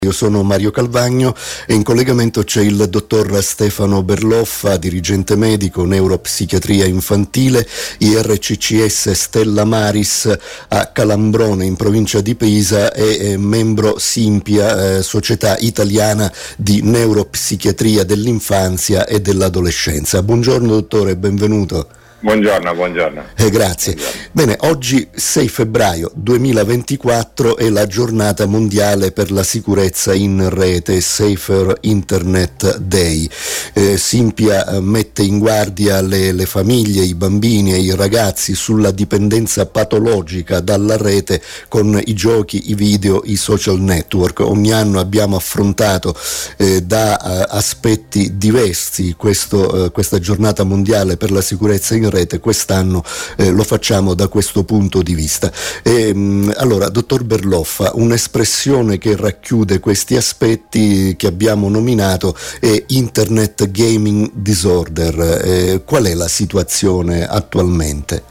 Io sono Mario Calvagno e in collegamento c'è il dottor Stefano Berloffa, dirigente medico, neuropsichiatria infantile, IRCCS Stella Maris a Calambrone in provincia di Pisa e membro Simpia, Società Italiana di Neuropsichiatria dell'Infanzia e dell'Adolescenza. Buongiorno dottore, benvenuto. Buongiorno. Grazie. Buongiorno. Bene, oggi 6 febbraio 2024 è la giornata mondiale per la sicurezza in rete, Safer Internet Day. Simpia mette in guardia le famiglie, i bambini e i ragazzi sulla dipendenza patologica dalla rete con i giochi, i video, i social network. Ogni anno abbiamo affrontato da aspetti diversi questa giornata mondiale per la sicurezza in rete. Quest'anno lo facciamo da questo punto di vista. Allora, dottor Berloffa, un'espressione che racchiude questi aspetti che abbiamo nominato è Internet Gaming Disorder. Qual è la situazione attualmente?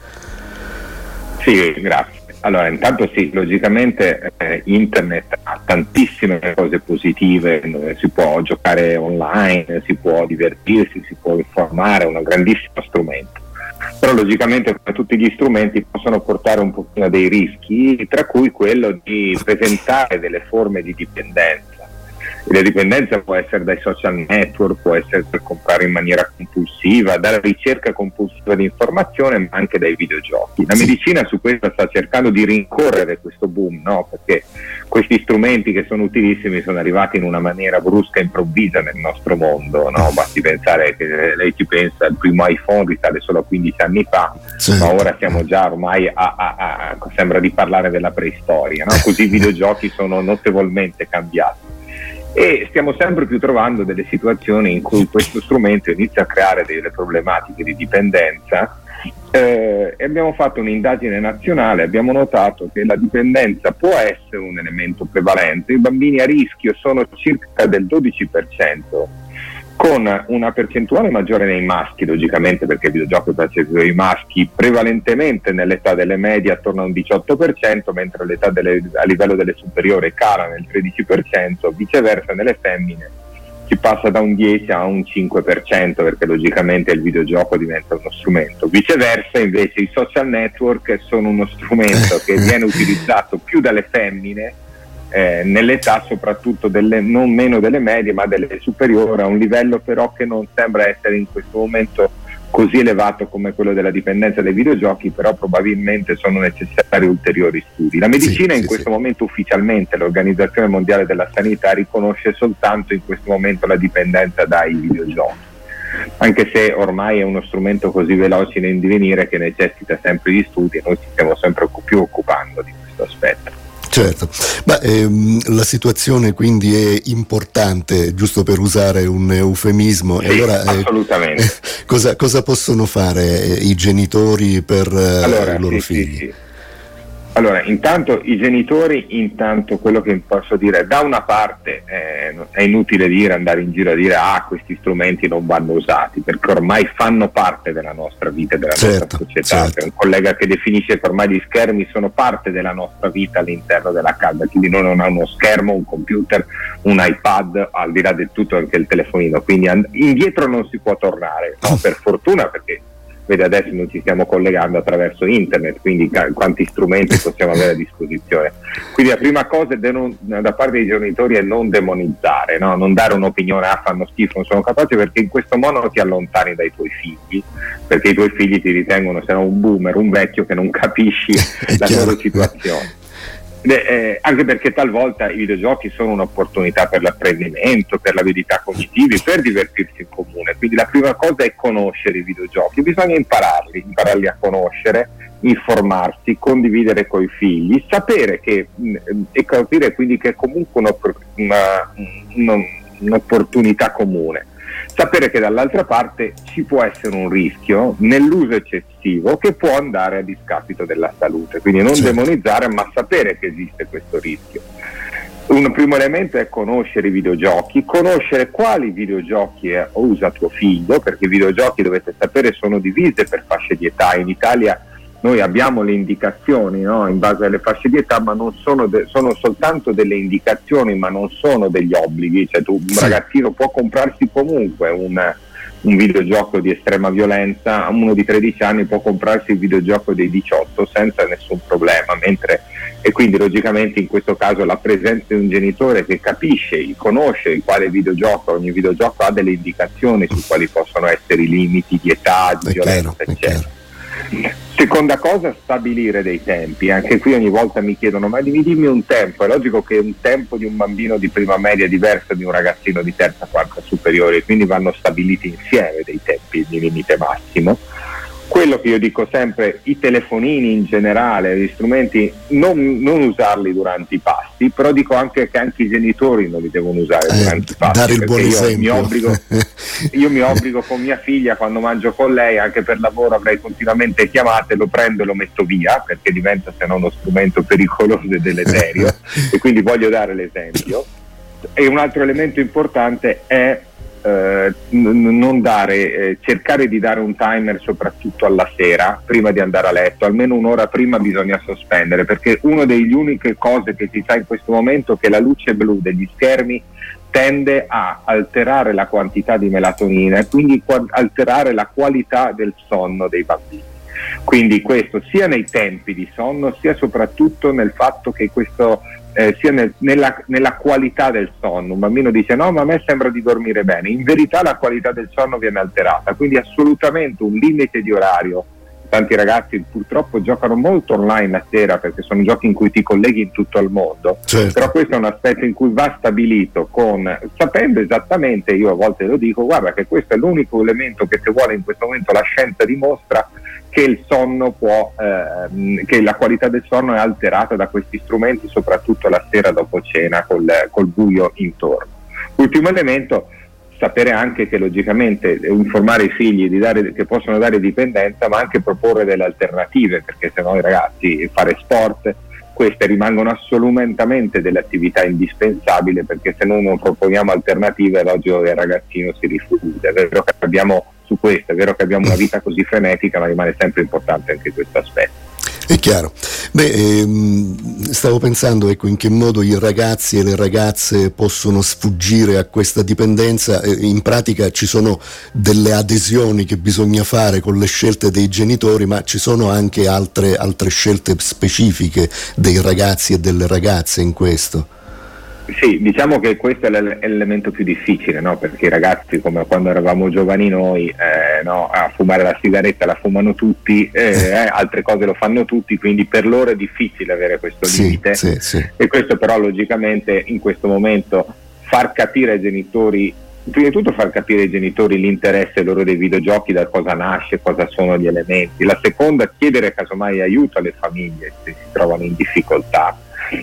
Sì, grazie. Allora, intanto sì, logicamente internet ha tantissime cose positive, si può giocare online, si può divertirsi, si può informare, è un grandissimo strumento. Però logicamente come tutti gli strumenti possono portare un pochino dei rischi, tra cui quello di presentare delle forme di dipendenza. E la dipendenza può essere dai social network, può essere per comprare in maniera compulsiva, dalla ricerca compulsiva di informazione, ma anche dai videogiochi. La medicina su questo sta cercando di rincorrere questo boom, no? Perché questi strumenti che sono utilissimi sono arrivati in una maniera brusca e improvvisa nel nostro mondo, no? Basti pensare che lei ci pensa, il primo iPhone risale solo a 15 anni fa, ma ora siamo già ormai sembra di parlare della preistoria, no? Così i videogiochi sono notevolmente cambiati. E stiamo sempre più trovando delle situazioni in cui questo strumento inizia a creare delle problematiche di dipendenza e abbiamo fatto un'indagine nazionale, abbiamo notato che la dipendenza può essere un elemento prevalente, i bambini a rischio sono circa del 12%, con una percentuale maggiore nei maschi, logicamente perché il videogioco piace ai maschi, prevalentemente nell'età delle medie attorno a un 18%, mentre a livello delle superiori cala nel 13%, viceversa nelle femmine si passa da un 10 a un 5%, perché logicamente il videogioco diventa uno strumento. Viceversa invece i social network sono uno strumento che viene utilizzato più dalle femmine, nell'età soprattutto non meno delle medie ma delle superiori, a un livello però che non sembra essere in questo momento così elevato come quello della dipendenza dai videogiochi, però probabilmente sono necessari ulteriori studi. La medicina in questo momento ufficialmente l'Organizzazione Mondiale della Sanità riconosce soltanto in questo momento la dipendenza dai videogiochi, anche se ormai è uno strumento così veloce in divenire che necessita sempre di studi e noi ci stiamo sempre più occupando di questo aspetto. Certo, ma la situazione quindi è importante, giusto per usare un eufemismo. Sì, allora, assolutamente. Cosa possono fare i genitori per i loro figli? Sì. Allora, intanto i genitori, quello che posso dire, da una parte è inutile andare in giro a dire questi strumenti non vanno usati, perché ormai fanno parte della nostra vita e della nostra società. C'è un collega che definisce che ormai gli schermi sono parte della nostra vita all'interno della casa, quindi noi non ha uno schermo, un computer, un iPad, al di là del tutto anche il telefonino, quindi indietro non si può tornare, no? Per fortuna, perché vede adesso noi ci stiamo collegando attraverso internet, quindi quanti strumenti possiamo avere a disposizione. Quindi la prima cosa da parte dei genitori è non demonizzare, no? Non dare un'opinione, fanno schifo, non sono capaci, perché in questo modo ti allontani dai tuoi figli, perché i tuoi figli ti ritengono se no un boomer, un vecchio che non capisci la loro situazione. Anche perché talvolta i videogiochi sono un'opportunità per l'apprendimento, per le abilità cognitive, per divertirsi in comune. Quindi la prima cosa è conoscere i videogiochi, bisogna impararli a conoscere, informarsi, condividere coi figli, sapere che e capire quindi che è comunque un'opportunità comune. Sapere che dall'altra parte ci può essere un rischio nell'uso eccessivo che può andare a discapito della salute, quindi non demonizzare, ma sapere che esiste questo rischio. Un primo elemento è conoscere i videogiochi, conoscere quali videogiochi usa tuo figlio, perché i videogiochi, dovete sapere, sono divisi per fasce di età. In Italia noi abbiamo le indicazioni, no? In base alle fasce di età, ma non sono soltanto delle indicazioni, ma non sono degli obblighi. Cioè un ragazzino può comprarsi comunque un videogioco di estrema violenza, uno di 13 anni può comprarsi il videogioco dei 18 senza nessun problema, e quindi logicamente in questo caso la presenza di un genitore che capisce, conosce quale videogioco, ogni videogioco ha delle indicazioni su quali possono essere i limiti di età, di violenza, eccetera. Seconda cosa, stabilire dei tempi. Anche qui ogni volta mi chiedono: ma dimmi un tempo. È logico che un tempo di un bambino di prima media è diverso di un ragazzino di terza, quarta superiore, quindi vanno stabiliti insieme dei tempi di limite massimo. Quello che io dico sempre, i telefonini in generale, gli strumenti, non usarli durante i pasti, però dico anche che anche i genitori non li devono usare durante i pasti. Dare il buon esempio. Io mi obbligo con mia figlia, quando mangio con lei, anche per lavoro avrei continuamente chiamate, lo prendo e lo metto via, perché diventa se no uno strumento pericoloso e deleterio, e quindi voglio dare l'esempio. E un altro elemento importante è non dare, cercare di dare un timer soprattutto alla sera prima di andare a letto, almeno un'ora prima bisogna sospendere, perché una delle uniche cose che si sa in questo momento è che la luce blu degli schermi tende a alterare la quantità di melatonina e quindi alterare la qualità del sonno dei bambini. Quindi questo sia nei tempi di sonno, sia soprattutto nel fatto che questo sia nella qualità del sonno. Un bambino dice: no, ma a me sembra di dormire bene, in verità la qualità del sonno viene alterata, quindi assolutamente un limite di orario. Tanti ragazzi purtroppo giocano molto online la sera perché sono giochi in cui ti colleghi in tutto il mondo, certo. Però questo è un aspetto in cui va stabilito sapendo esattamente, io a volte lo dico, guarda che questo è l'unico elemento che se vuole in questo momento la scienza dimostra che il sonno che la qualità del sonno è alterata da questi strumenti, soprattutto la sera dopo cena col buio intorno. Ultimo elemento, sapere anche che logicamente informare i figli che possono dare dipendenza, ma anche proporre delle alternative, perché se no i ragazzi fare sport, queste rimangono assolutamente delle attività indispensabili, perché se noi non proponiamo alternative è logico che il ragazzino si rifugia. È vero che abbiamo una vita così frenetica, ma rimane sempre importante anche questo aspetto. È chiaro. Stavo pensando in che modo i ragazzi e le ragazze possono sfuggire a questa dipendenza. In pratica ci sono delle adesioni che bisogna fare con le scelte dei genitori, ma ci sono anche altre scelte specifiche dei ragazzi e delle ragazze in questo. Sì, diciamo che questo è l'elemento più difficile, no? Perché i ragazzi, come quando eravamo giovani noi, a fumare la sigaretta la fumano tutti, altre cose lo fanno tutti, quindi per loro è difficile avere questo limite. Sì. E questo però logicamente in questo momento far capire ai genitori, prima di tutto far capire ai genitori l'interesse loro dei videogiochi, da cosa nasce, cosa sono gli elementi. La seconda, chiedere casomai aiuto alle famiglie se si trovano in difficoltà.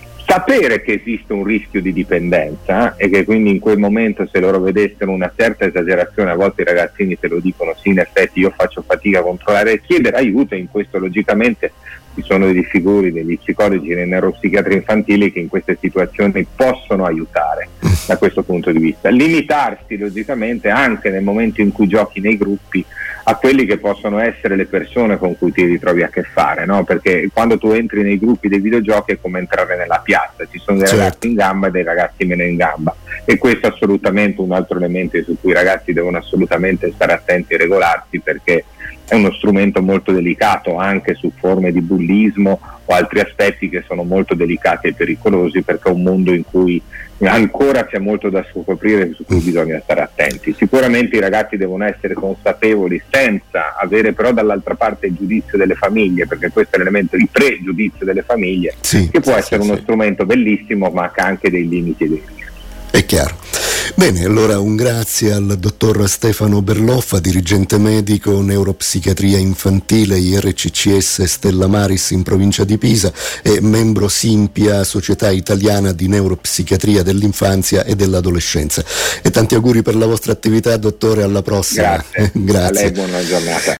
Sapere che esiste un rischio di dipendenza e che quindi in quel momento, se loro vedessero una certa esagerazione, a volte i ragazzini te lo dicono: sì, in effetti io faccio fatica a controllare, chiedere aiuto. In questo logicamente ci sono delle figure, degli psicologi, dei neuropsichiatri infantili che in queste situazioni possono aiutare da questo punto di vista. Limitarsi logicamente anche nel momento in cui giochi nei gruppi a quelli che possono essere le persone con cui ti ritrovi a che fare, no? Perché quando tu entri nei gruppi dei videogiochi è come entrare nella piazza, ci sono dei ragazzi in gamba e dei ragazzi meno in gamba, e questo è assolutamente un altro elemento su cui i ragazzi devono assolutamente stare attenti e regolarsi, perché è uno strumento molto delicato anche su forme di bullismo o altri aspetti che sono molto delicati e pericolosi, perché è un mondo in cui ancora c'è molto da scoprire, su cui bisogna stare attenti. Sicuramente i ragazzi devono essere consapevoli senza avere però dall'altra parte il giudizio delle famiglie, perché questo è l'elemento di pregiudizio delle famiglie, che può essere uno strumento bellissimo ma che ha anche dei limiti e dei rischi. È chiaro. Bene, allora un grazie al dottor Stefano Berloffa, dirigente medico neuropsichiatria infantile IRCCS Stella Maris in provincia di Pisa e membro Simpia, Società Italiana di Neuropsichiatria dell'Infanzia e dell'Adolescenza. E tanti auguri per la vostra attività, dottore, alla prossima. Grazie. Grazie. A lei buona giornata.